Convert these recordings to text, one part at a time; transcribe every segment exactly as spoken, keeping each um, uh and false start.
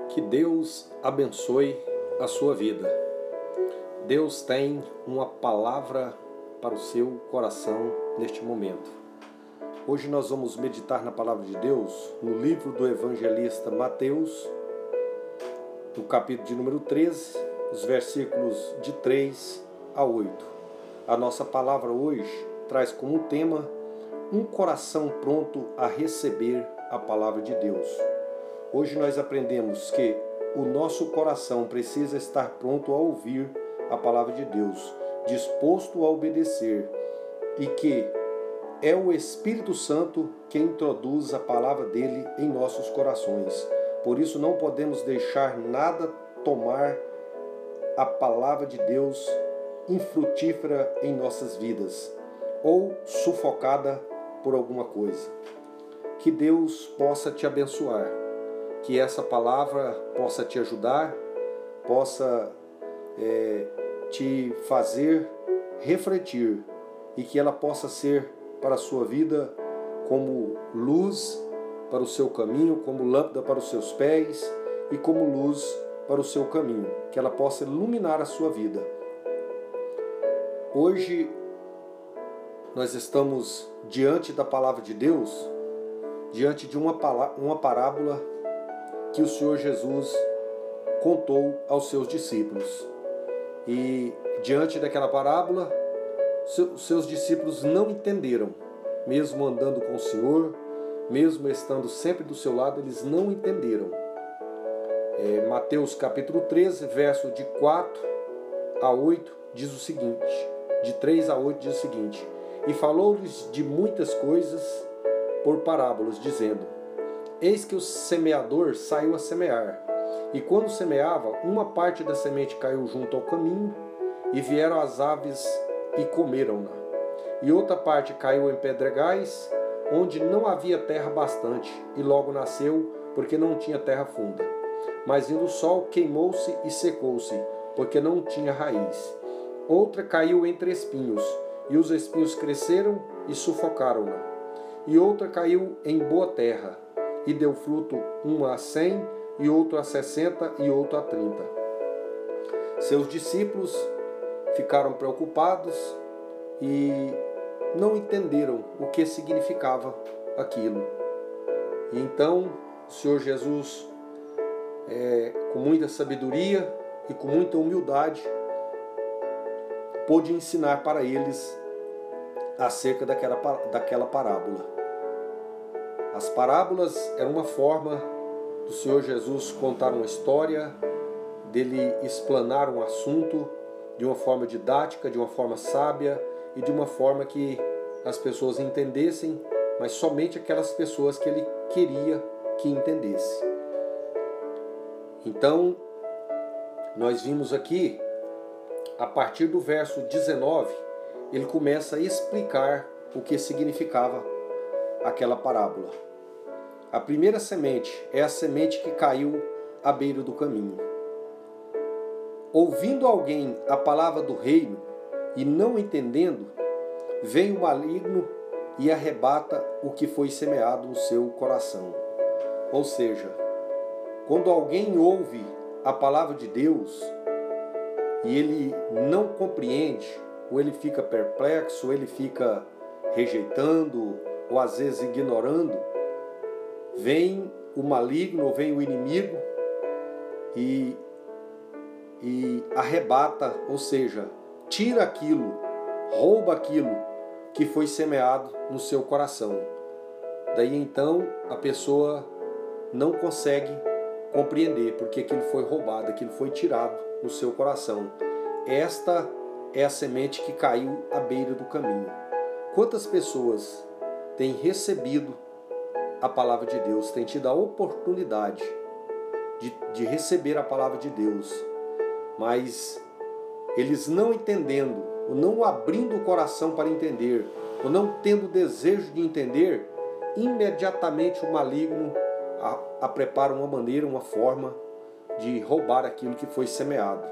Que Deus abençoe a sua vida. Deus tem uma palavra para o seu coração neste momento. Hoje nós vamos meditar na palavra de Deus no livro do evangelista Mateus, no capítulo de número treze, os versículos de três a oito. A nossa palavra hoje traz como tema um coração pronto a receber a palavra de Deus. Hoje nós aprendemos que o nosso coração precisa estar pronto a ouvir a palavra de Deus, disposto a obedecer, e que é o Espírito Santo que introduz a palavra dele em nossos corações. Por isso não podemos deixar nada tomar a palavra de Deus infrutífera em nossas vidas ou sufocada por alguma coisa. Que Deus possa te abençoar, que essa palavra possa te ajudar, possa é, te fazer refletir e que ela possa ser para a sua vida como luz para o seu caminho, como lâmpada para os seus pés e como luz para o seu caminho, que ela possa iluminar a sua vida. Hoje nós estamos diante da palavra de Deus, diante de uma, uma parábola que o Senhor Jesus contou aos seus discípulos. E diante daquela parábola, seus discípulos não entenderam, mesmo andando com o Senhor, mesmo estando sempre do seu lado, eles não entenderam. É, Mateus capítulo treze, verso de quatro a oito, diz o seguinte, de três a oito diz o seguinte: E falou-lhes de muitas coisas por parábolas, dizendo: Eis que o semeador saiu a semear, e quando semeava, uma parte da semente caiu junto ao caminho, e vieram as aves e comeram-na. E outra parte caiu em pedregais, onde não havia terra bastante, e logo nasceu, porque não tinha terra funda. Mas indo o sol, queimou-se e secou-se, porque não tinha raiz. Outra caiu entre espinhos, e os espinhos cresceram e sufocaram-na. E outra caiu em boa terra, e deu fruto, uma a cem, e outro a sessenta, e outro a trinta. Seus discípulos ficaram preocupados e não entenderam o que significava aquilo. E então o Senhor Jesus, é, com muita sabedoria e com muita humildade, pôde ensinar para eles acerca daquela, daquela parábola. As parábolas eram uma forma do Senhor Jesus contar uma história, dele explanar um assunto de uma forma didática, de uma forma sábia e de uma forma que as pessoas entendessem, mas somente aquelas pessoas que ele queria que entendesse. Então, nós vimos aqui, a partir do verso dezenove, ele começa a explicar o que significava aquela parábola. A primeira semente é a semente que caiu à beira do caminho. Ouvindo alguém a palavra do reino e não entendendo, vem o maligno e arrebata o que foi semeado no seu coração. Ou seja, quando alguém ouve a palavra de Deus e ele não compreende, ou ele fica perplexo, ou ele fica rejeitando, ou às vezes ignorando, vem o maligno, ou vem o inimigo e, e arrebata, ou seja, tira aquilo, rouba aquilo que foi semeado no seu coração. Daí então a pessoa não consegue compreender porque aquilo foi roubado, aquilo foi tirado no seu coração. Esta é a semente que caiu à beira do caminho. Quantas pessoas têm recebido a palavra de Deus, têm tido a oportunidade de, de receber a palavra de Deus, mas eles não entendendo, ou não abrindo o coração para entender, ou não tendo desejo de entender, imediatamente o maligno a, a prepara uma maneira, uma forma de roubar aquilo que foi semeado.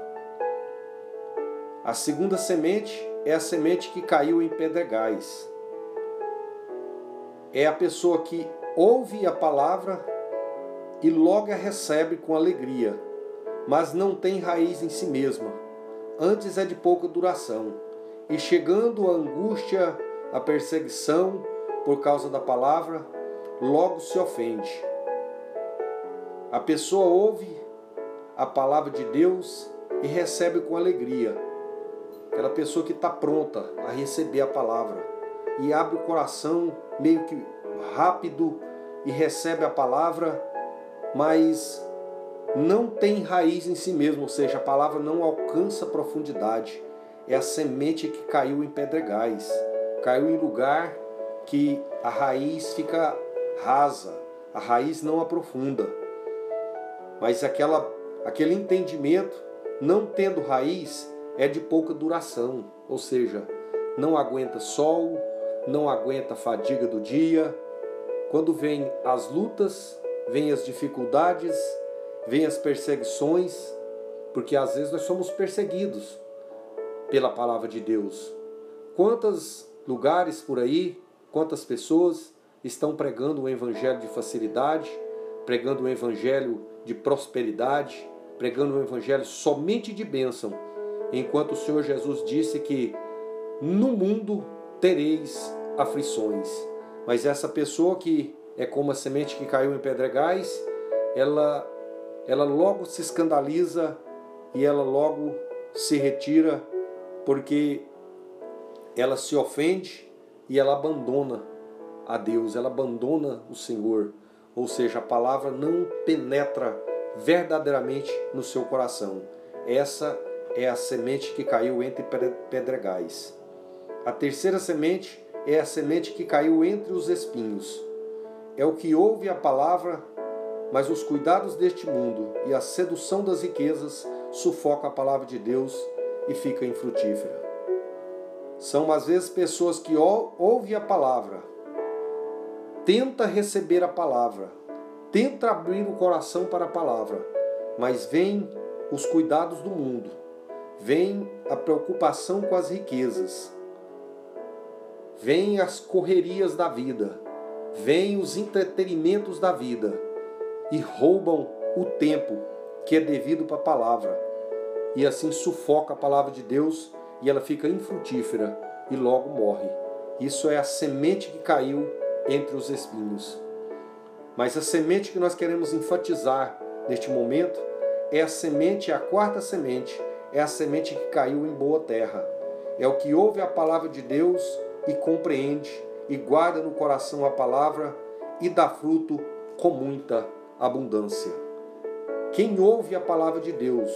A segunda semente é a semente que caiu em pedregais. É a pessoa que ouve a palavra e logo a recebe com alegria, mas não tem raiz em si mesma, antes é de pouca duração, e chegando a angústia, a perseguição por causa da palavra, logo se ofende. A pessoa ouve a palavra de Deus e recebe com alegria. Aquela pessoa que está pronta a receber a palavra e abre o coração meio que rápido e recebe a palavra, mas não tem raiz em si mesmo, ou seja, a palavra não alcança profundidade. É a semente que caiu em pedregais, caiu em lugar que a raiz fica rasa, a raiz não aprofunda. Mas aquela, aquele entendimento, não tendo raiz, é de pouca duração, ou seja, não aguenta sol, não aguenta a fadiga do dia. Quando vem as lutas, vem as dificuldades, vem as perseguições, porque às vezes nós somos perseguidos pela palavra de Deus. Quantos lugares por aí, quantas pessoas estão pregando o evangelho de facilidade, pregando o evangelho de prosperidade, pregando o evangelho somente de bênção, enquanto o Senhor Jesus disse que no mundo tereis aflições. Mas essa pessoa que é como a semente que caiu em pedregais, ela, ela logo se escandaliza e ela logo se retira, porque ela se ofende e ela abandona a Deus, ela abandona o Senhor. Ou seja, a palavra não penetra verdadeiramente no seu coração. Essa é a semente que caiu entre pedregais. A terceira semente é a semente que caiu entre os espinhos. É o que ouve a palavra, mas os cuidados deste mundo e a sedução das riquezas sufoca a palavra de Deus e fica infrutífera. São às vezes pessoas que ouvem a palavra, tenta receber a palavra, tenta abrir o coração para a palavra, mas vem os cuidados do mundo, vem a preocupação com as riquezas, vem as correrias da vida, vem os entretenimentos da vida e roubam o tempo que é devido para a palavra, e assim sufoca a palavra de Deus e ela fica infrutífera e logo morre. Isso é a semente que caiu entre os espinhos. Mas a semente que nós queremos enfatizar neste momento é a semente, a quarta semente, é a semente que caiu em boa terra. É o que ouve a palavra de Deus e compreende e guarda no coração a palavra e dá fruto com muita abundância. Quem ouve a palavra de Deus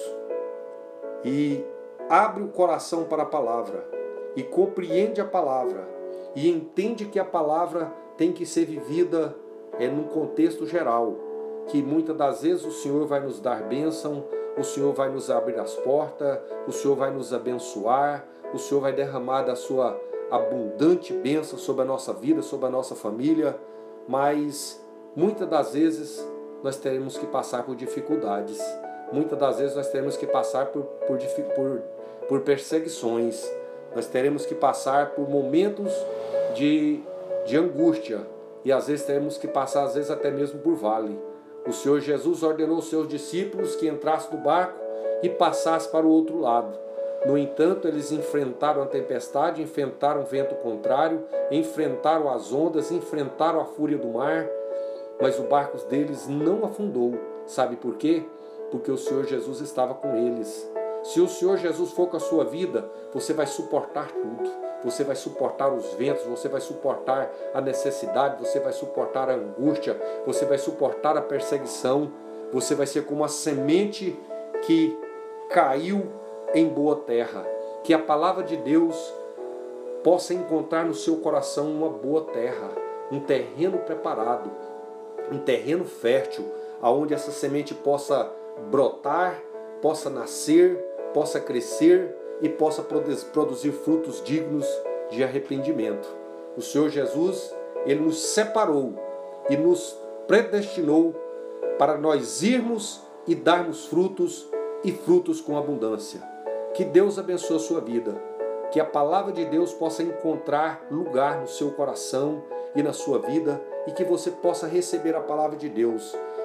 e abre o coração para a palavra e compreende a palavra e entende que a palavra tem que ser vivida é, num contexto geral, que muitas das vezes o Senhor vai nos dar bênção, o Senhor vai nos abrir as portas, o Senhor vai nos abençoar, o Senhor vai derramar da sua abundante bênção sobre a nossa vida, sobre a nossa família, mas muitas das vezes nós teremos que passar por dificuldades, muitas das vezes nós teremos que passar por, por, por, por perseguições, nós teremos que passar por momentos de, de angústia, e às vezes teremos que passar, às vezes até mesmo por vale. O Senhor Jesus ordenou aos seus discípulos que entrassem no barco e passassem para o outro lado. No entanto, eles enfrentaram a tempestade, enfrentaram o vento contrário, enfrentaram as ondas, enfrentaram a fúria do mar, mas o barco deles não afundou. Sabe por quê? Porque o Senhor Jesus estava com eles. Se o Senhor Jesus for com a sua vida, você vai suportar tudo. Você vai suportar os ventos, você vai suportar a necessidade, você vai suportar a angústia, você vai suportar a perseguição. Você vai ser como a semente que caiu em boa terra. Que a palavra de Deus possa encontrar no seu coração uma boa terra, um terreno preparado, um terreno fértil, aonde essa semente possa brotar, possa nascer, possa crescer e possa produzir frutos dignos de arrependimento. O Senhor Jesus, Ele nos separou e nos predestinou para nós irmos e darmos frutos e frutos com abundância. Que Deus abençoe a sua vida, que a palavra de Deus possa encontrar lugar no seu coração e na sua vida e que você possa receber a palavra de Deus.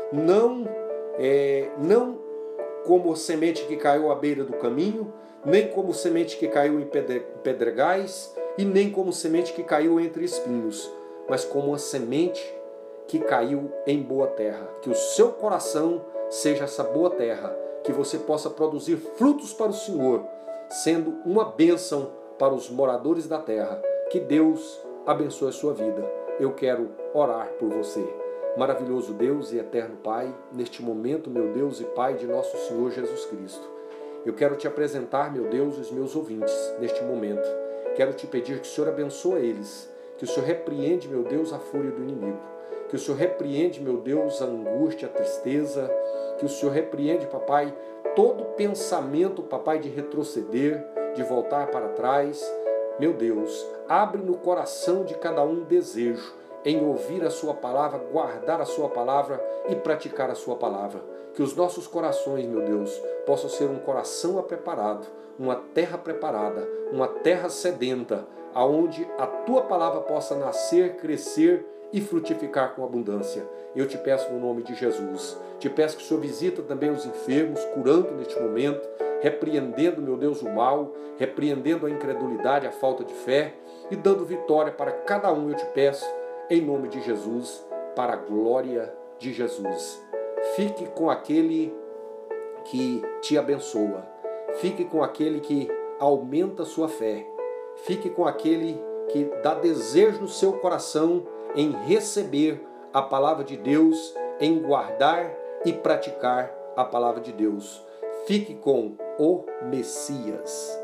não, é, não como semente que caiu à beira do caminho, nem como semente que caiu em pedregais, e nem como semente que caiu entre espinhos, mas como uma semente que caiu em boa terra. Que o seu coração seja essa boa terra, que você possa produzir frutos para o Senhor, sendo uma bênção para os moradores da terra. Que Deus abençoe a sua vida. Eu quero orar por você. Maravilhoso Deus e eterno Pai, neste momento, meu Deus e Pai de nosso Senhor Jesus Cristo, eu quero te apresentar, meu Deus, os meus ouvintes neste momento. Quero te pedir que o Senhor abençoe eles, que o Senhor repreende, meu Deus, a fúria do inimigo, que o Senhor repreende, meu Deus, a angústia, a tristeza, que o Senhor repreende, papai, todo pensamento, papai, de retroceder, de voltar para trás. Meu Deus, abre no coração de cada um desejo em ouvir a sua palavra, guardar a sua palavra e praticar a sua palavra. Que os nossos corações, meu Deus, possam ser um coração preparado, uma terra preparada, uma terra sedenta, aonde a tua palavra possa nascer, crescer e frutificar com abundância. Eu te peço no nome de Jesus. Te peço que o Senhor visita também os enfermos, curando neste momento, repreendendo, meu Deus, o mal, repreendendo a incredulidade, a falta de fé e dando vitória para cada um, eu te peço, em nome de Jesus, para a glória de Jesus. Fique com aquele que te abençoa. Fique com aquele que aumenta a sua fé. Fique com aquele que dá desejo no seu coração em receber a palavra de Deus, em guardar e praticar a palavra de Deus. Fique com o Messias.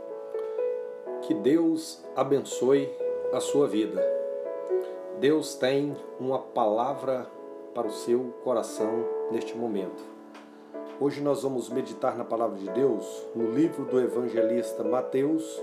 Que Deus abençoe a sua vida. Deus tem uma palavra para o seu coração neste momento. Hoje nós vamos meditar na palavra de Deus no livro do evangelista Mateus,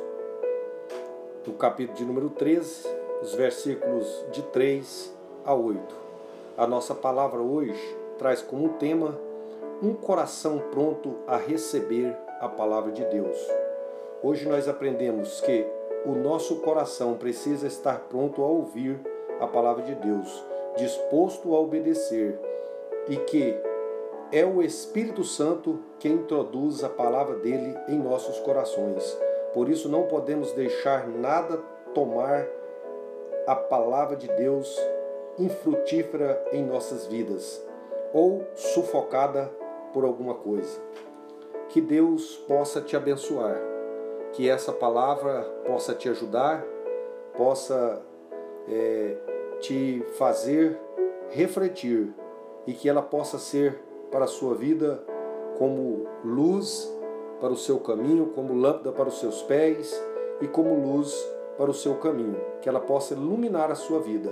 no capítulo de número treze, os versículos de três a oito. A nossa palavra hoje traz como tema um coração pronto a receber a palavra de Deus. Hoje nós aprendemos que o nosso coração precisa estar pronto a ouvir a palavra de Deus, disposto a obedecer, e que é o Espírito Santo que introduz a palavra dele em nossos corações. Por isso não podemos deixar nada tomar a palavra de Deus infrutífera em nossas vidas ou sufocada por alguma coisa. Que Deus possa te abençoar, que essa palavra possa te ajudar, possa é, te fazer refletir e que ela possa ser para a sua vida como luz para o seu caminho, como lâmpada para os seus pés e como luz para o seu caminho, que ela possa iluminar a sua vida.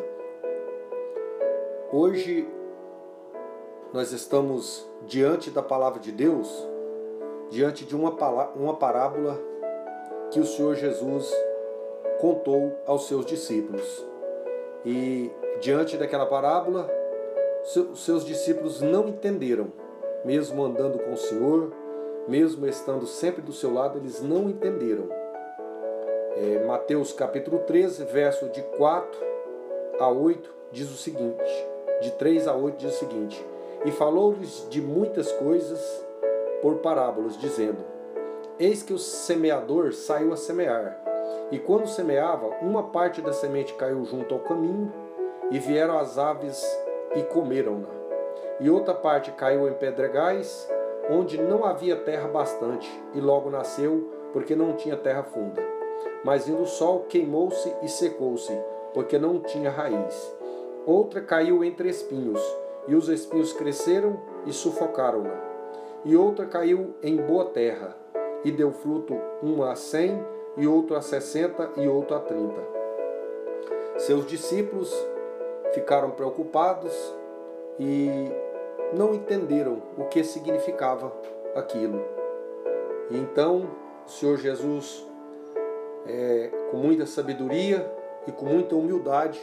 Hoje nós estamos diante da palavra de Deus, diante de uma, uma parábola que o Senhor Jesus contou aos seus discípulos. E diante daquela parábola, seus discípulos não entenderam, mesmo andando com o Senhor, mesmo estando sempre do seu lado, eles não entenderam. É, Mateus capítulo treze, verso de quatro a oito, diz o seguinte, de três a oito diz o seguinte: e falou-lhes de muitas coisas por parábolas, dizendo: eis que o semeador saiu a semear, e quando semeava, uma parte da semente caiu junto ao caminho, e vieram as aves e comeram-na. E outra parte caiu em pedregais, onde não havia terra bastante, e logo nasceu, porque não tinha terra funda. Mas vindo o sol, queimou-se e secou-se, porque não tinha raiz. Outra caiu entre espinhos, e os espinhos cresceram e sufocaram-na. E outra caiu em boa terra, e deu fruto, uma a cem, e outro a sessenta, e outro a trinta. Seus discípulos ficaram preocupados e não entenderam o que significava aquilo. E então o Senhor Jesus, é, com muita sabedoria e com muita humildade,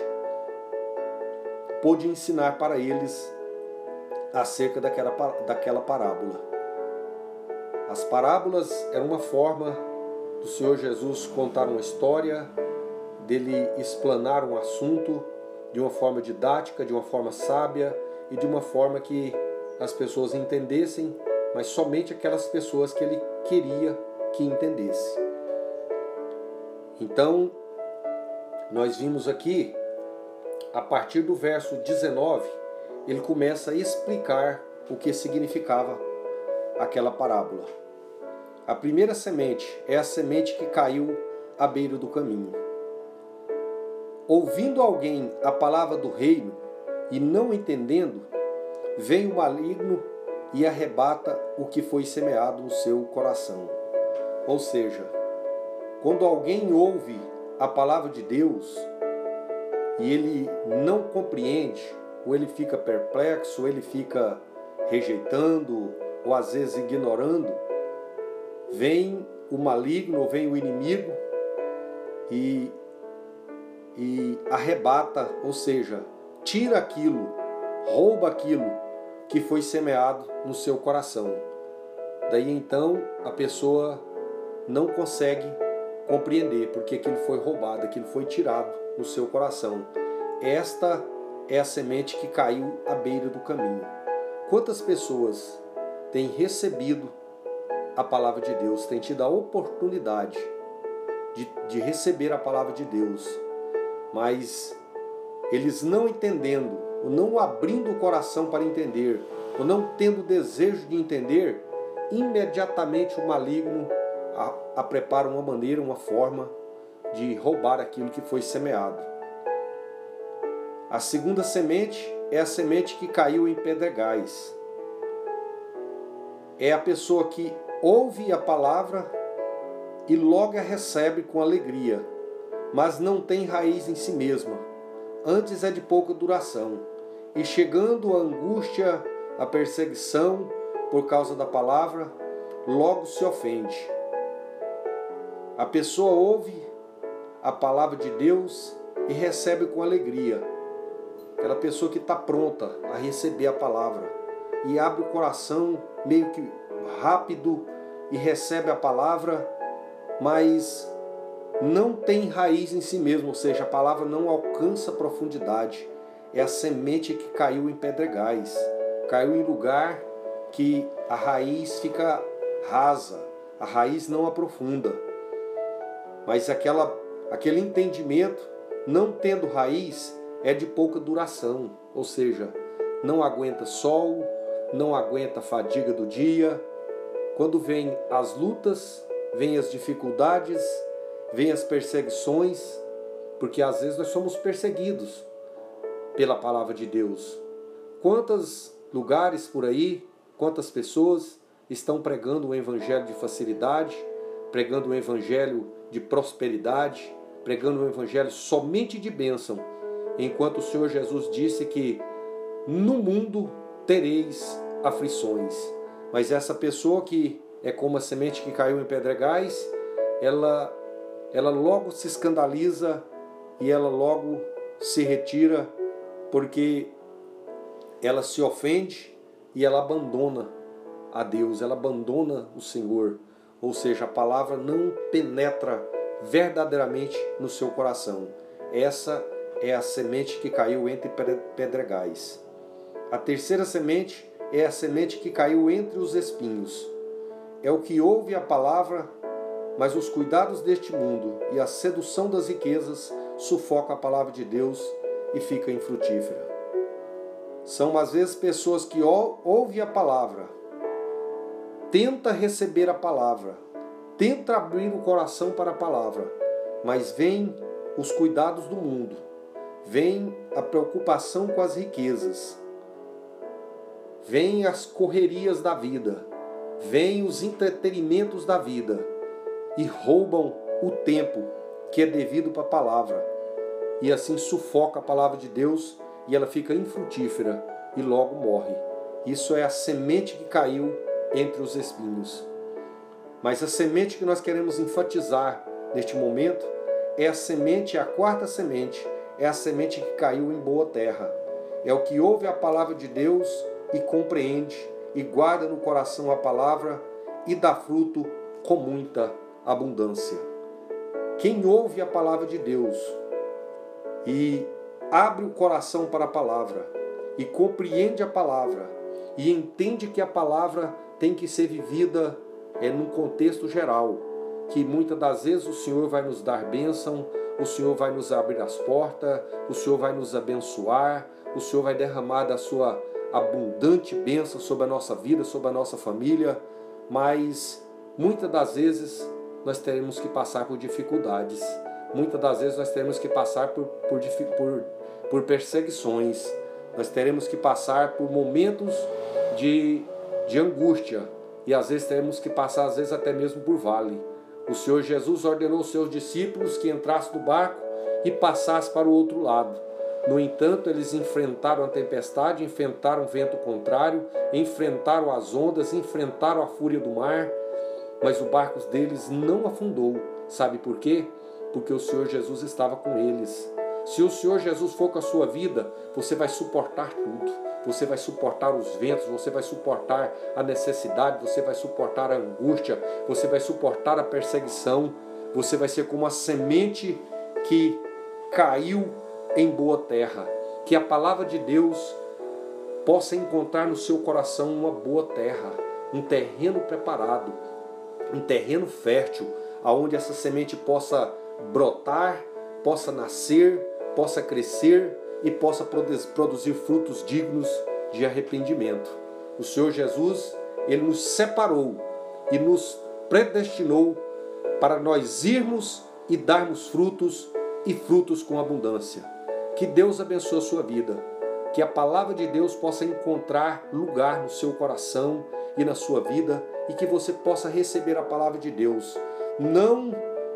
pôde ensinar para eles acerca daquela, daquela parábola. As parábolas eram uma forma do Senhor Jesus contar uma história, dele explanar um assunto de uma forma didática, de uma forma sábia, e de uma forma que as pessoas entendessem, mas somente aquelas pessoas que ele queria que entendesse. Então, nós vimos aqui, a partir do verso dezenove, ele começa a explicar o que significava aquela parábola. A primeira semente é a semente que caiu à beira do caminho. Ouvindo alguém a palavra do reino e não entendendo, vem o maligno e arrebata o que foi semeado no seu coração. Ou seja, quando alguém ouve a palavra de Deus e ele não compreende, ou ele fica perplexo, ou ele fica rejeitando, ou às vezes ignorando, vem o maligno, ou vem o inimigo e, e arrebata, ou seja, tira aquilo, rouba aquilo que foi semeado no seu coração. Daí então a pessoa não consegue compreender porque aquilo foi roubado, aquilo foi tirado no seu coração. Esta é a semente que caiu à beira do caminho. Quantas pessoas têm recebido a palavra de Deus, têm tido a oportunidade de, de receber a palavra de Deus, mas eles não entendendo, ou não abrindo o coração para entender, ou não tendo desejo de entender, imediatamente o maligno a, a prepara uma maneira, uma forma de roubar aquilo que foi semeado. A segunda semente é a semente que caiu em pedregais. É a pessoa que ouve a palavra e logo a recebe com alegria, mas não tem raiz em si mesma. Antes é de pouca duração. E chegando a angústia, a perseguição por causa da palavra, logo se ofende. A pessoa ouve a palavra de Deus e recebe com alegria. Aquela pessoa que está pronta a receber a palavra e abre o coração meio que rápido e recebe a palavra, mas não tem raiz em si mesmo, ou seja, a palavra não alcança profundidade. É a semente que caiu em pedregais, caiu em lugar que a raiz fica rasa, a raiz não aprofunda. Mas aquela, aquele entendimento, não tendo raiz, é de pouca duração, ou seja, não aguenta sol, não aguenta a fadiga do dia. Quando vem as lutas, vem as dificuldades, vem as perseguições, porque às vezes nós somos perseguidos pela palavra de Deus. Quantos lugares por aí, quantas pessoas estão pregando o evangelho de facilidade, pregando o evangelho de prosperidade, pregando o evangelho somente de bênção, enquanto o Senhor Jesus disse que no mundo tereis aflições. Mas essa pessoa que é como a semente que caiu em pedregais, ela, ela logo se escandaliza e ela logo se retira, porque ela se ofende e ela abandona a Deus, ela abandona o Senhor. Ou seja, a palavra não penetra verdadeiramente no seu coração. Essa é a semente que caiu entre pedregais. A terceira semente é a semente que caiu entre os espinhos. É o que ouve a palavra, mas os cuidados deste mundo e a sedução das riquezas sufocam a palavra de Deus e fica infrutífera. São às vezes pessoas que ouvem a palavra, tenta receber a palavra, tenta abrir o coração para a palavra, mas vem os cuidados do mundo, vem a preocupação com as riquezas, vem as correrias da vida, vem os entretenimentos da vida e roubam o tempo que é devido para a palavra, e assim sufoca a palavra de Deus e ela fica infrutífera e logo morre. Isso é a semente que caiu entre os espinhos. Mas a semente que nós queremos enfatizar neste momento é a semente, a quarta semente, é a semente que caiu em boa terra. É o que ouve a palavra de Deus e compreende e guarda no coração a palavra e dá fruto com muita abundância. Quem ouve a palavra de Deus e abre o coração para a palavra e compreende a palavra e entende que a palavra tem que ser vivida é, num contexto geral, que muitas das vezes o Senhor vai nos dar bênção, o Senhor vai nos abrir as portas, o Senhor vai nos abençoar, o Senhor vai derramar da sua abundante bênção sobre a nossa vida, sobre a nossa família, mas muitas das vezes nós teremos que passar por dificuldades, muitas das vezes nós teremos que passar por, por, por, por perseguições, nós teremos que passar por momentos de, de angústia, e às vezes teremos que passar, às vezes até mesmo por vale. O Senhor Jesus ordenou aos seus discípulos que entrassem no barco e passassem para o outro lado. No entanto, eles enfrentaram a tempestade, enfrentaram o vento contrário, enfrentaram as ondas, enfrentaram a fúria do mar, mas o barco deles não afundou. Sabe por quê? Porque o Senhor Jesus estava com eles. Se o Senhor Jesus for com a sua vida, você vai suportar tudo. Você vai suportar os ventos, você vai suportar a necessidade, você vai suportar a angústia, você vai suportar a perseguição. Você vai ser como a semente que caiu em boa terra. Que a palavra de Deus possa encontrar no seu coração uma boa terra, um terreno preparado, um terreno fértil, aonde essa semente possa brotar, possa nascer, possa crescer e possa produzir frutos dignos de arrependimento. O Senhor Jesus, Ele nos separou e nos predestinou para nós irmos e darmos frutos e frutos com abundância. Que Deus abençoe a sua vida, que a palavra de Deus possa encontrar lugar no seu coração e na sua vida e que você possa receber a palavra de Deus, não,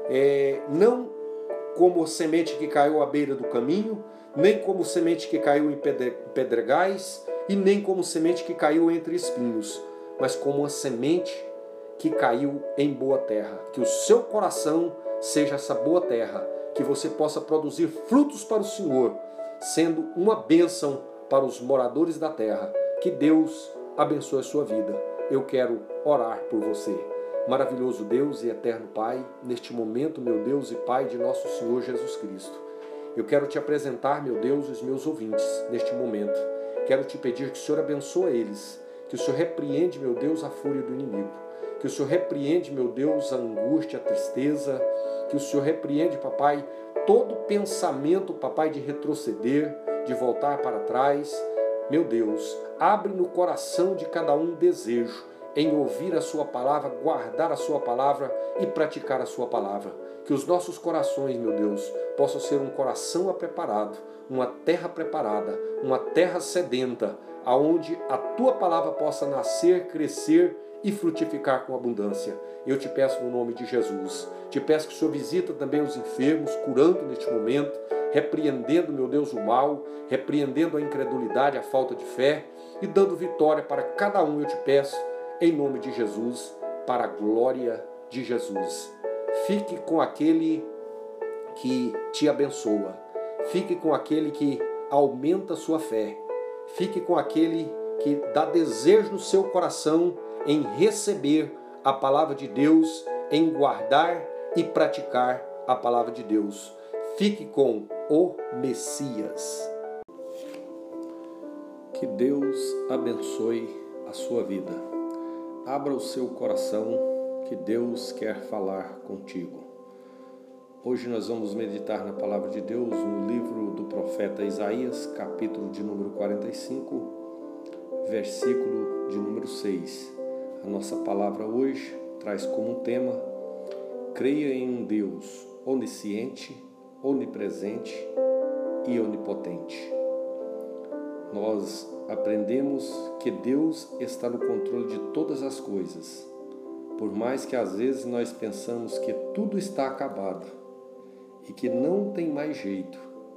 é, não como semente que caiu à beira do caminho, nem como semente que caiu em pedregais e nem como semente que caiu entre espinhos, mas como uma semente que caiu em boa terra. Que o seu coração seja essa boa terra, que você possa produzir frutos para o Senhor, sendo uma bênção para os moradores da terra. Que Deus abençoe a sua vida. Eu quero orar por você. Maravilhoso Deus e eterno Pai, neste momento, meu Deus e Pai de nosso Senhor Jesus Cristo, eu quero te apresentar, meu Deus, os meus ouvintes neste momento. Quero te pedir que o Senhor abençoe eles, que o Senhor repreende, meu Deus, a fúria do inimigo, que o Senhor repreende, meu Deus, a angústia, a tristeza, que o Senhor repreende, papai, todo pensamento, papai, de retroceder, de voltar para trás. Meu Deus, abre no coração de cada um desejo em ouvir a sua palavra, guardar a sua palavra e praticar a sua palavra. Que os nossos corações, meu Deus, possam ser um coração preparado, uma terra preparada, uma terra sedenta, aonde a tua palavra possa nascer, crescer e frutificar com abundância. Eu te peço no nome de Jesus. Te peço que o Senhor visita também os enfermos, curando neste momento, repreendendo, meu Deus, o mal, repreendendo a incredulidade, a falta de fé e dando vitória para cada um, eu te peço, em nome de Jesus, para a glória de Jesus. Fique com aquele que te abençoa. Fique com aquele que aumenta a sua fé. Fique com aquele que dá desejo no seu coração em receber a palavra de Deus, em guardar e praticar a palavra de Deus. Fique com o Messias. Que Deus abençoe a sua vida. Abra o seu coração, que Deus quer falar contigo. Hoje nós vamos meditar na palavra de Deus no livro do profeta Isaías, capítulo de número quarenta e cinco, versículo de número seis. A nossa palavra hoje traz como tema: creia em um Deus onisciente, onipresente e onipotente. Nós aprendemos que Deus está no controle de todas as coisas, por mais que às vezes nós pensamos que tudo está acabado e que não tem mais jeito.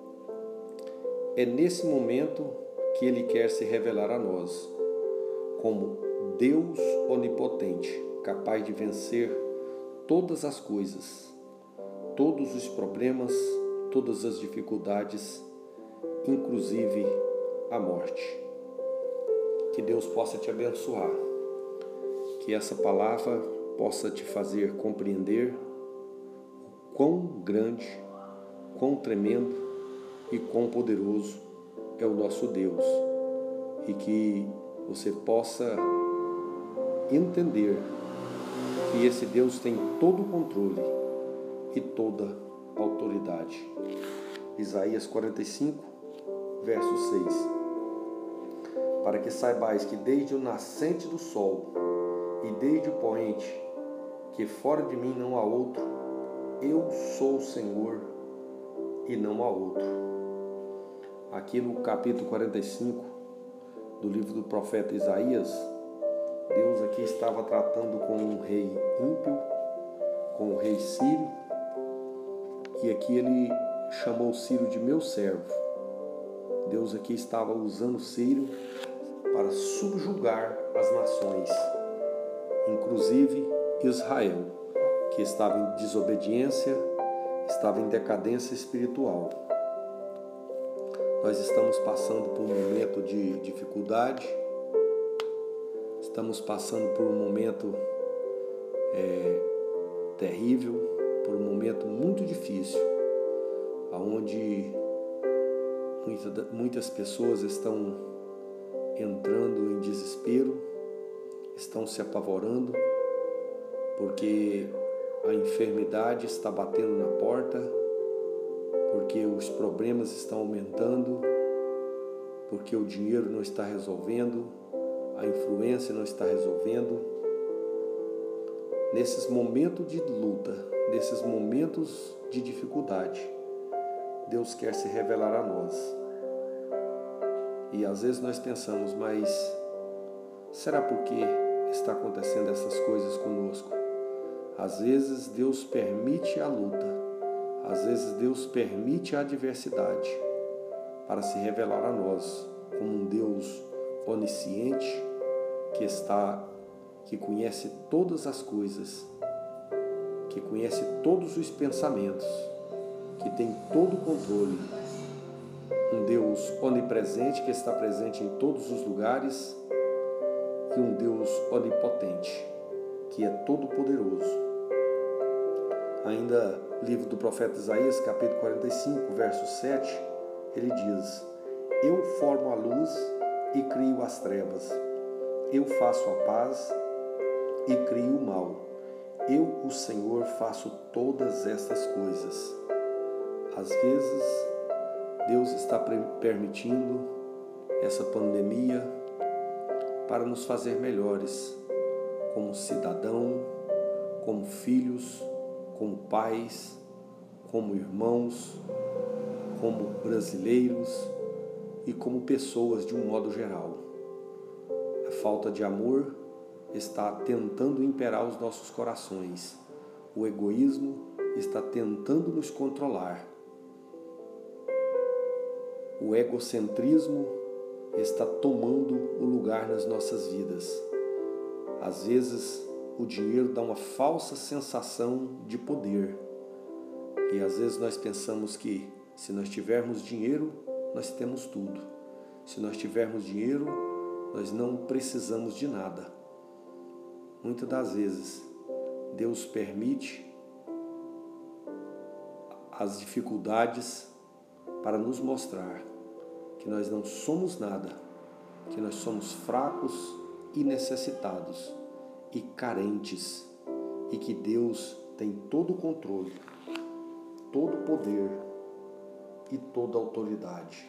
É nesse momento que Ele quer se revelar a nós como Deus onipotente, capaz de vencer todas as coisas, todos os problemas, todas as dificuldades, inclusive a morte. Que Deus possa te abençoar, que essa palavra possa te fazer compreender o quão grande, quão tremendo e quão poderoso é o nosso Deus, e que você possa entender que esse Deus tem todo o controle e toda a autoridade. Isaías quarenta e cinco, verso seis. Para que saibais que desde o nascente do sol e desde o poente, que fora de mim não há outro, eu sou o Senhor e não há outro. Aqui no capítulo quarenta e cinco do livro do profeta Isaías, Deus aqui estava tratando com um rei ímpio, com o rei Ciro, e aqui ele chamou Ciro de meu servo. Deus aqui estava usando Ciro para subjugar as nações, inclusive Israel, que estava em desobediência, estava em decadência espiritual. Nós estamos passando por um momento de dificuldade, estamos passando por um momento é, terrível, por um momento muito difícil, onde muitas pessoas estão entrando em desespero, estão se apavorando, porque a enfermidade está batendo na porta, porque os problemas estão aumentando, porque o dinheiro não está resolvendo, a influência não está resolvendo. Nesses momentos de luta, nesses momentos de dificuldade, Deus quer se revelar a nós. E às vezes nós pensamos, mas será por que está acontecendo essas coisas conosco? Às vezes Deus permite a luta, às vezes Deus permite a adversidade para se revelar a nós como um Deus onisciente que está, que conhece todas as coisas, que conhece todos os pensamentos, que tem todo o controle. Um Deus onipresente que está presente em todos os lugares e um Deus onipotente que é todo poderoso. Ainda livro do profeta Isaías, capítulo quarenta e cinco, verso sete, ele diz: eu formo a luz e crio as trevas, eu faço a paz e crio o mal, eu, o Senhor, faço todas estas coisas. Às vezes, Deus está permitindo essa pandemia para nos fazer melhores como cidadão, como filhos, como pais, como irmãos, como brasileiros e como pessoas de um modo geral. A falta de amor está tentando imperar os nossos corações. O egoísmo está tentando nos controlar. O egocentrismo está tomando o lugar nas nossas vidas. Às vezes, o dinheiro dá uma falsa sensação de poder. E às vezes nós pensamos que se nós tivermos dinheiro, nós temos tudo. Se nós tivermos dinheiro, nós não precisamos de nada. Muitas das vezes, Deus permite as dificuldades para nos mostrar que nós não somos nada, que nós somos fracos e necessitados e carentes, e que Deus tem todo o controle, todo o poder e toda a autoridade.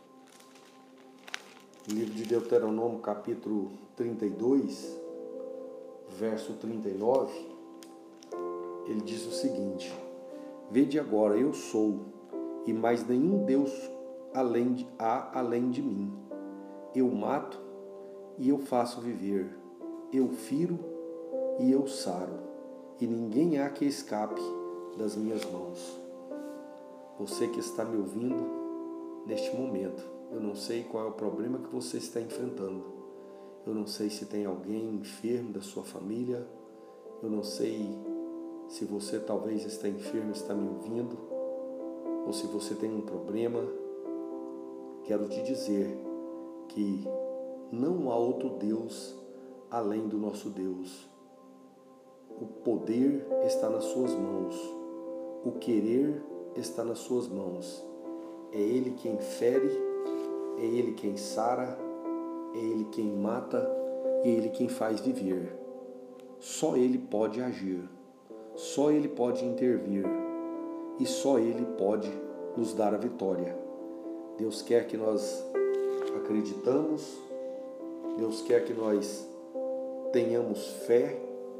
No livro de Deuteronômio, capítulo trinta e dois, verso trinta e nove, ele diz o seguinte: vede agora, eu sou, e mais nenhum Deus além de, há além de mim. Eu mato e eu faço viver, eu firo e eu saro, e ninguém há que escape das minhas mãos. Você que está me ouvindo neste momento, eu não sei qual é o problema que você está enfrentando. Eu não sei se tem alguém enfermo da sua família. Eu não sei se você talvez está enfermo e está me ouvindo, ou se você tem um problema. Quero te dizer que não há outro Deus além do nosso Deus. O poder está nas suas mãos. O querer está nas suas mãos. É Ele quem fere, é Ele quem sara, é Ele quem mata e é Ele quem faz viver. Só Ele pode agir, só Ele pode intervir e só Ele pode nos dar a vitória. Deus quer que nós acreditamos, Deus quer que nós tenhamos fé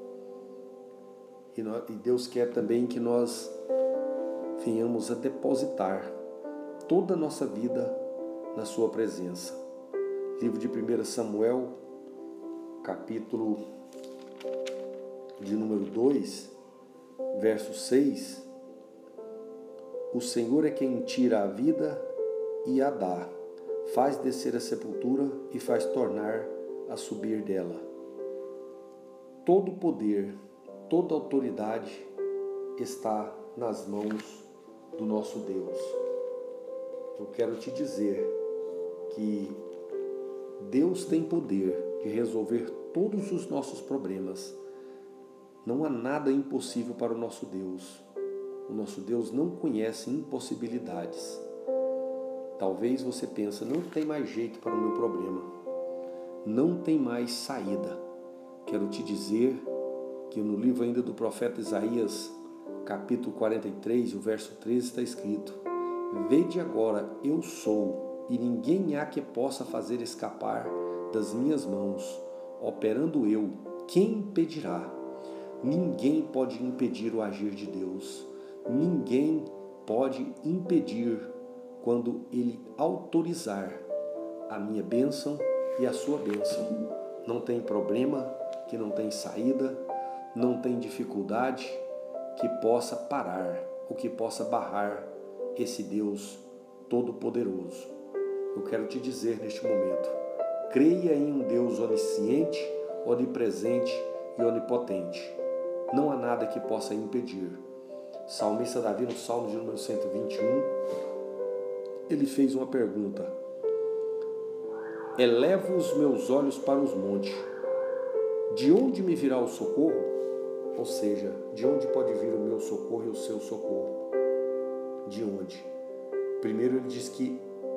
e Deus quer também que nós venhamos a depositar toda a nossa vida na sua presença. Livro de primeiro Samuel, capítulo de número dois, verso seis. O Senhor é quem tira a vida e a dá, faz descer a sepultura e faz tornar a subir dela. Todo poder, toda autoridade está nas mãos do nosso Deus. Eu quero te dizer que Deus tem poder de resolver todos os nossos problemas. Não há nada impossível para o nosso Deus. O nosso Deus não conhece impossibilidades. Talvez você pense, não tem mais jeito para o meu problema. Não tem mais saída. Quero te dizer que no livro ainda do profeta Isaías, capítulo quarenta e três, o verso treze, está escrito: Vede agora, eu sou, e ninguém há que possa fazer escapar das minhas mãos. Operando eu, quem impedirá? Ninguém pode impedir o agir de Deus. Ninguém pode impedir quando Ele autorizar a minha bênção e a sua bênção. Não tem problema que não tem saída, não tem dificuldade que possa parar, ou que possa barrar esse Deus Todo-Poderoso. Eu quero te dizer neste momento, creia em um Deus onisciente, onipresente e onipotente. Não há nada que possa impedir. Salmista Davi, no Salmo de número cento e vinte e um, ele fez uma pergunta: Elevo os meus olhos para os montes, de onde me virá o socorro? Ou seja, de onde pode vir o meu socorro e o seu socorro? De onde? Primeiro ele diz que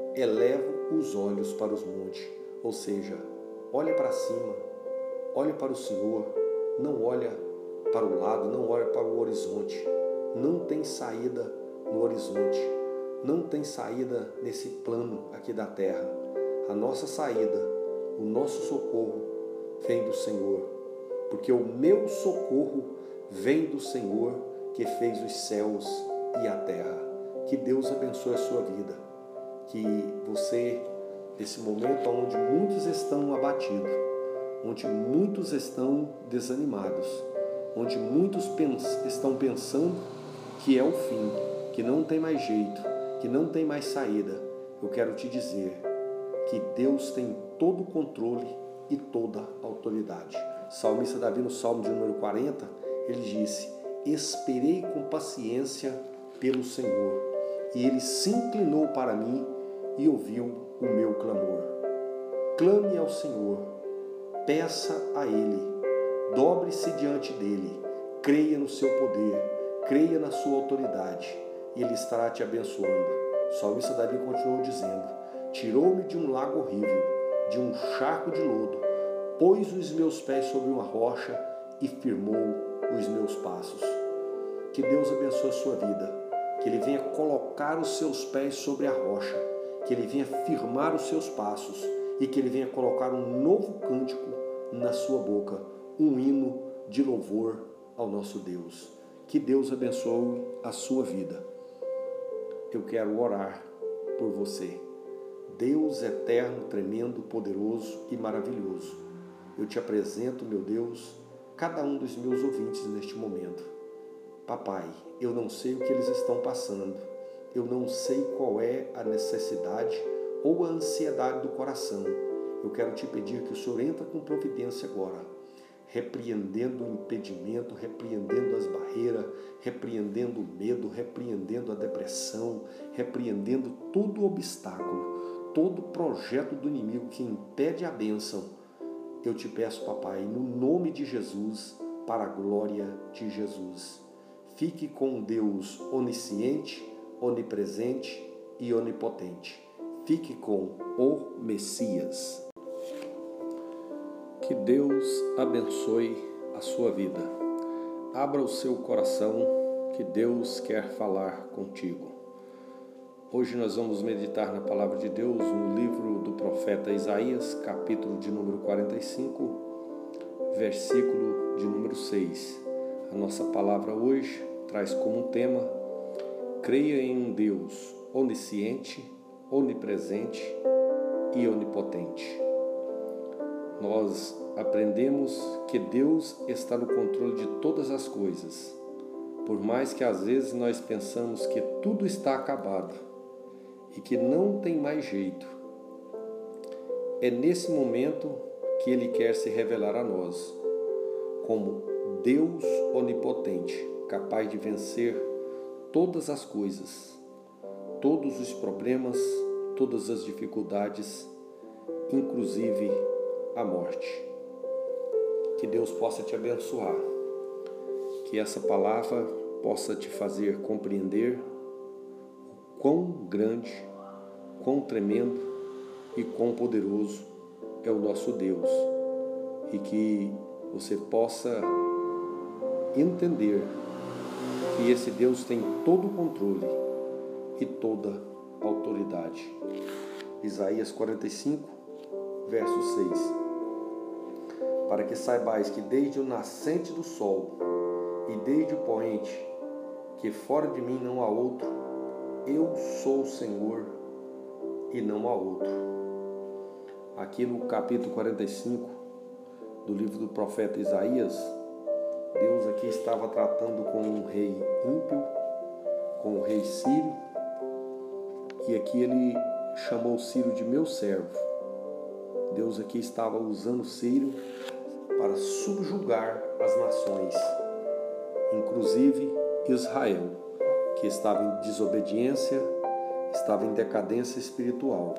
elevo os olhos para os montes, ou seja, olha para cima, olha para o Senhor, não olha para o lado, não olha para o horizonte. Não tem saída no horizonte, não tem saída nesse plano aqui da terra. A nossa saída, o nosso socorro vem do Senhor, porque o meu socorro vem do Senhor que fez os céus e a terra. Que Deus abençoe a sua vida, que você, nesse momento onde muitos estão abatidos, onde muitos estão desanimados, onde muitos pens- estão pensando que é o fim, que não tem mais jeito, que não tem mais saída, eu quero te dizer que Deus tem todo o controle e toda a autoridade. Salmista Davi, no Salmo de número quarenta, ele disse: Esperei com paciência pelo Senhor, e Ele se inclinou para mim e ouviu o meu clamor. Clame ao Senhor, peça a Ele, dobre-se diante dEle, creia no seu poder, creia na sua autoridade, e Ele estará te abençoando. O salmista Davi continuou dizendo: Tirou-me de um lago horrível, de um charco de lodo, pôs os meus pés sobre uma rocha e firmou os meus passos. Que Deus abençoe a sua vida, que Ele venha colocar os seus pés sobre a rocha, que Ele venha firmar os seus passos e que Ele venha colocar um novo cântico na sua boca, um hino de louvor ao nosso Deus. Que Deus abençoe a sua vida. Eu quero orar por você. Deus eterno, tremendo, poderoso e maravilhoso, eu te apresento, meu Deus, cada um dos meus ouvintes neste momento. Papai, eu não sei o que eles estão passando, eu não sei qual é a necessidade ou a ansiedade do coração. Eu quero te pedir que o Senhor entre com providência agora, repreendendo o impedimento, repreendendo as barreiras, repreendendo o medo, repreendendo a depressão, repreendendo todo o obstáculo, todo projeto do inimigo que impede a bênção. Eu te peço, papai, no nome de Jesus, para a glória de Jesus. Fique com Deus onisciente, onipresente e onipotente. Fique com o Messias. Que Deus abençoe a sua vida. Abra o seu coração, que Deus quer falar contigo. Hoje nós vamos meditar na palavra de Deus no livro do profeta Isaías, capítulo de número quarenta e cinco, versículo de número seis. A nossa palavra hoje traz como tema: creia em um Deus onisciente, onipresente e onipotente. Nós aprendemos que Deus está no controle de todas as coisas, por mais que às vezes nós pensamos que tudo está acabado e que não tem mais jeito. É nesse momento que Ele quer se revelar a nós como Deus onipotente, capaz de vencer todas as coisas, todos os problemas, todas as dificuldades, inclusive a morte. Que Deus possa te abençoar, que essa palavra possa te fazer compreender o quão grande, quão tremendo e quão poderoso é o nosso Deus, e que você possa entender que esse Deus tem todo o controle e toda a autoridade. Isaías quarenta e cinco, verso seis. Para que saibais que desde o nascente do sol e desde o poente, que fora de mim não há outro, eu sou o Senhor e não há outro. Aqui no capítulo quarenta e cinco do livro do profeta Isaías, Deus aqui estava tratando com um rei ímpio, com o rei Ciro, e aqui ele chamou Ciro de meu servo. Deus aqui estava usando Ciro para subjugar as nações, inclusive Israel, que estava em desobediência, estava em decadência espiritual.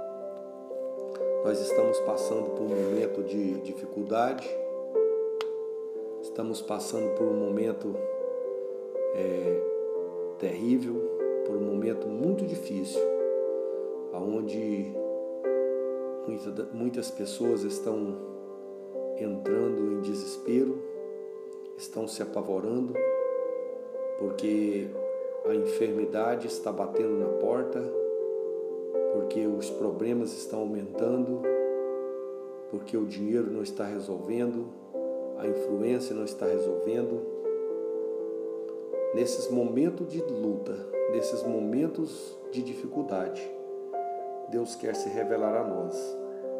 Nós estamos passando por um momento de dificuldade, estamos passando por um momento é, terrível, por um momento muito difícil, onde muitas pessoas estão entrando em desespero, estão se apavorando, porque a enfermidade está batendo na porta, porque os problemas estão aumentando, porque o dinheiro não está resolvendo, a influência não está resolvendo. Nesses momentos de luta, nesses momentos de dificuldade, Deus quer se revelar a nós.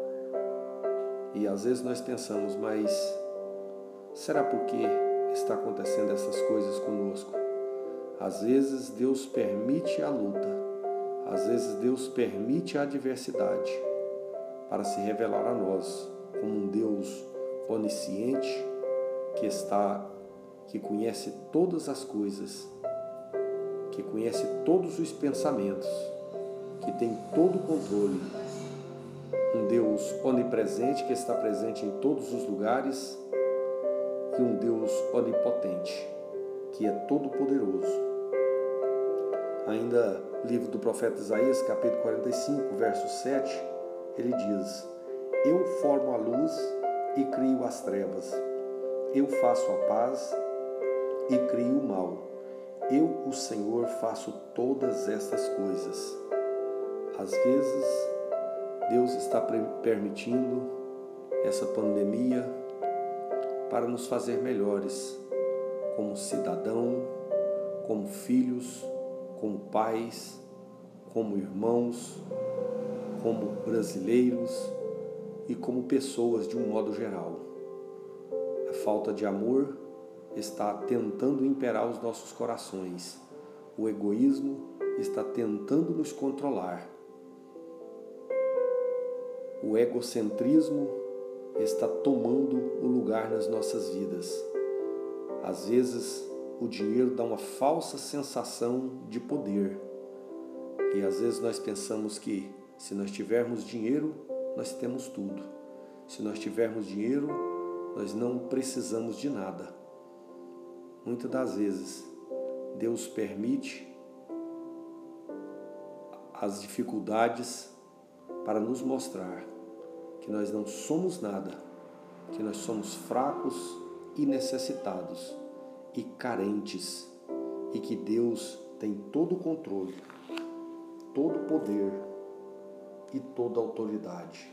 E às vezes nós pensamos, mas será por que está acontecendo essas coisas conosco? Às vezes Deus permite a luta, às vezes Deus permite a adversidade para se revelar a nós como um Deus onisciente que está, que conhece todas as coisas, que conhece todos os pensamentos, que tem todo o controle. Um Deus onipresente que está presente em todos os lugares e um Deus onipotente que é todo poderoso. Ainda livro do profeta Isaías, capítulo quarenta e cinco, verso sete, ele diz: eu formo a luz e crio as trevas, eu faço a paz e crio o mal, eu, o Senhor, faço todas estas coisas. Às vezes Deus está permitindo essa pandemia para nos fazer melhores como cidadão, como filhos, como pais, como irmãos, como brasileiros e como pessoas de um modo geral. A falta de amor está tentando imperar os nossos corações. O egoísmo está tentando nos controlar. O egocentrismo está tomando o lugar nas nossas vidas. Às vezes, o dinheiro dá uma falsa sensação de poder. E às vezes nós pensamos que se nós tivermos dinheiro, nós temos tudo. Se nós tivermos dinheiro, nós não precisamos de nada. Muitas das vezes, Deus permite as dificuldades para nos mostrar que nós não somos nada que nós somos fracos e necessitados e carentes e que Deus tem todo o controle, todo o poder e toda a autoridade.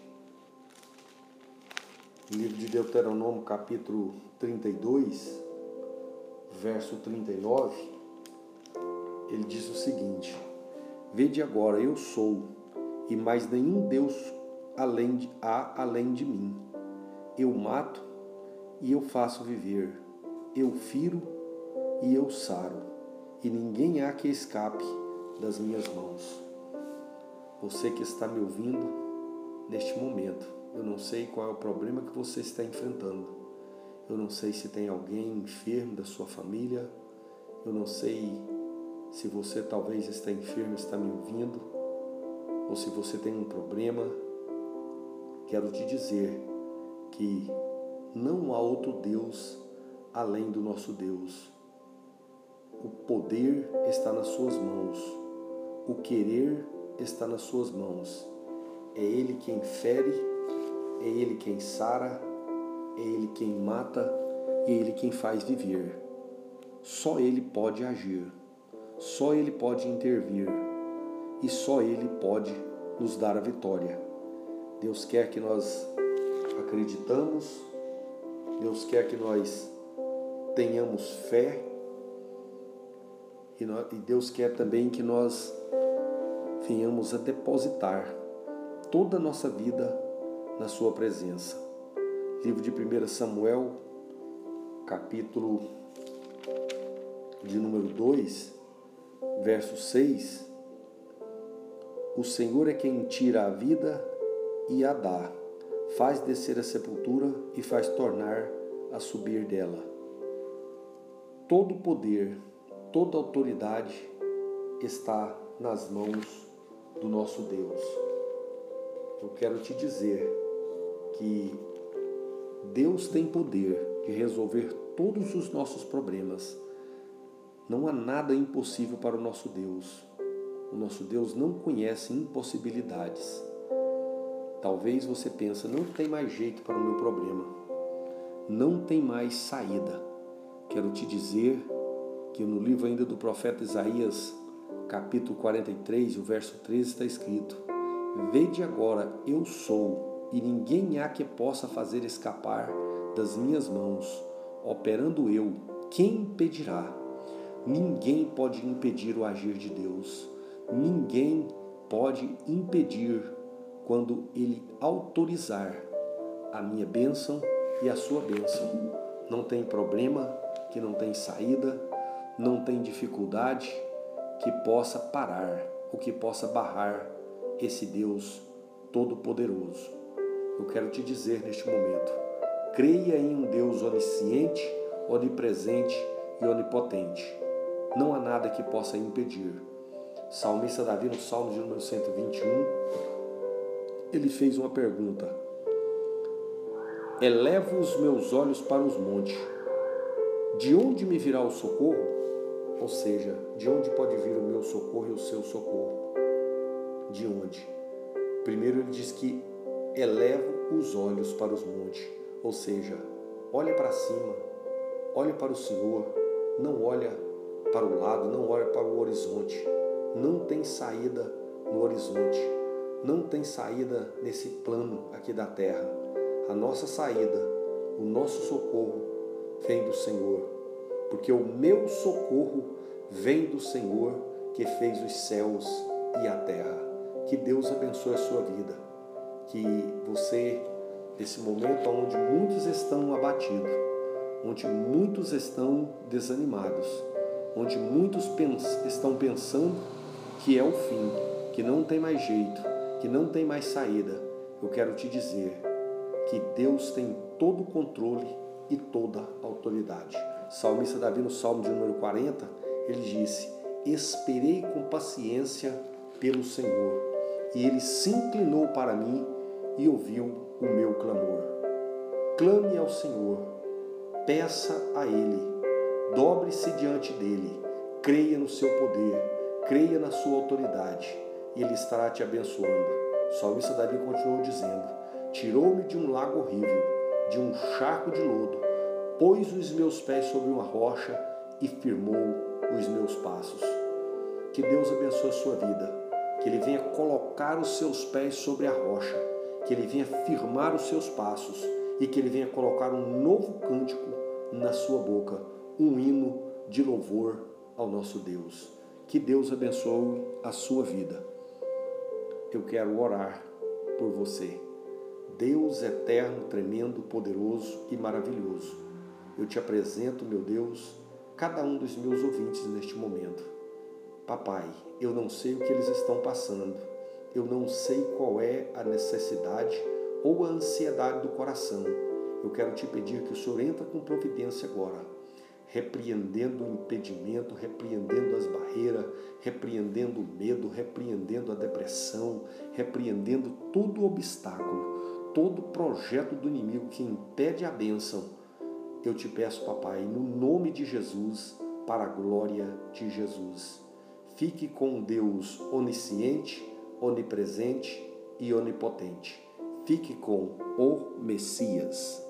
No livro de Deuteronômio, capítulo trinta e dois, verso trinta e nove, ele diz o seguinte: Vede agora, eu sou, e mais nenhum Deus além de, há além de mim. Eu mato e eu faço viver, eu firo e eu saro, e ninguém há que escape das minhas mãos. Você que está me ouvindo neste momento, eu não sei qual é o problema que você está enfrentando. Eu não sei se tem alguém enfermo da sua família. Eu não sei se você talvez está enfermo e está me ouvindo, ou se você tem um problema. Quero te dizer que não há outro Deus além do nosso Deus. O poder está nas suas mãos. O querer está nas suas mãos. É Ele quem fere, é Ele quem sara, é Ele quem mata, é Ele quem faz viver. Só Ele pode agir, só Ele pode intervir e só Ele pode nos dar a vitória. Deus quer que nós acreditamos, Deus quer que nós tenhamos fé e Deus quer também que nós venhamos a depositar toda a nossa vida na sua presença. Livro de primeiro Samuel, capítulo de número dois, verso seis. O Senhor é quem tira a vida e a dá, faz descer a sepultura e faz tornar a subir dela. Todo o poder, toda a autoridade está nas mãos do nosso Deus. Eu quero te dizer que Deus tem poder de resolver todos os nossos problemas. Não há nada impossível para o nosso Deus. O nosso Deus não conhece impossibilidades. Talvez você pense, não tem mais jeito para o meu problema. Não tem mais saída. Quero te dizer que no livro ainda do profeta Isaías, capítulo quarenta e três, o verso treze, está escrito: Vede agora, eu sou, e ninguém há que possa fazer escapar das minhas mãos. Operando eu, quem impedirá? Ninguém pode impedir o agir de Deus. Ninguém pode impedir quando Ele autorizar a minha bênção e a sua bênção. Não tem problema que não tem saída, não tem dificuldade que possa parar, ou que possa barrar esse Deus Todo-Poderoso. Eu quero te dizer neste momento, creia em um Deus onisciente, onipresente e onipotente. Não há nada que possa impedir. Salmista Davi, no Salmo de número cento e vinte e um, ele fez uma pergunta: Elevo os meus olhos para os montes, de onde me virá o socorro? Ou seja, de onde pode vir o meu socorro e o seu socorro? De onde? Primeiro ele diz que elevo os olhos para os montes, ou seja, olha para cima, olha para o Senhor, não olha para o lado, não olha para o horizonte. Não tem saída no horizonte, não tem saída nesse plano aqui da terra. A nossa saída, o nosso socorro vem do Senhor, porque o meu socorro vem do Senhor que fez os céus e a terra. Que Deus abençoe a sua vida, que você, nesse momento onde muitos estão abatidos, onde muitos estão desanimados, onde muitos pens- estão pensando que é o fim, que não tem mais jeito, que não tem mais saída, eu quero te dizer que Deus tem todo o controle e toda a autoridade. Salmista Davi, no Salmo de número quarenta, ele disse: Esperei com paciência pelo Senhor, e Ele se inclinou para mim e ouviu o meu clamor. Clame ao Senhor, peça a Ele, dobre-se diante dEle, creia no seu poder, creia na sua autoridade, e Ele estará te abençoando. O salmista Davi continuou dizendo: Tirou-me de um lago horrível, de um charco de lodo, pôs os meus pés sobre uma rocha e firmou os meus passos. Que Deus abençoe a sua vida, que Ele venha colocar os seus pés sobre a rocha, que Ele venha firmar os seus passos e que Ele venha colocar um novo cântico na sua boca, um hino de louvor ao nosso Deus. Que Deus abençoe a sua vida. Eu quero orar por você. Deus eterno, tremendo, poderoso e maravilhoso, eu te apresento, meu Deus, cada um dos meus ouvintes neste momento. Papai, eu não sei o que eles estão passando, eu não sei qual é a necessidade ou a ansiedade do coração. Eu quero te pedir que o Senhor entre com providência agora, repreendendo o impedimento, repreendendo as barreiras, repreendendo o medo, repreendendo a depressão, repreendendo todo obstáculo, todo projeto do inimigo que impede a bênção. Eu te peço, papai, no nome de Jesus, para a glória de Jesus. Fique com Deus onisciente, onipresente e onipotente. Fique com o Messias.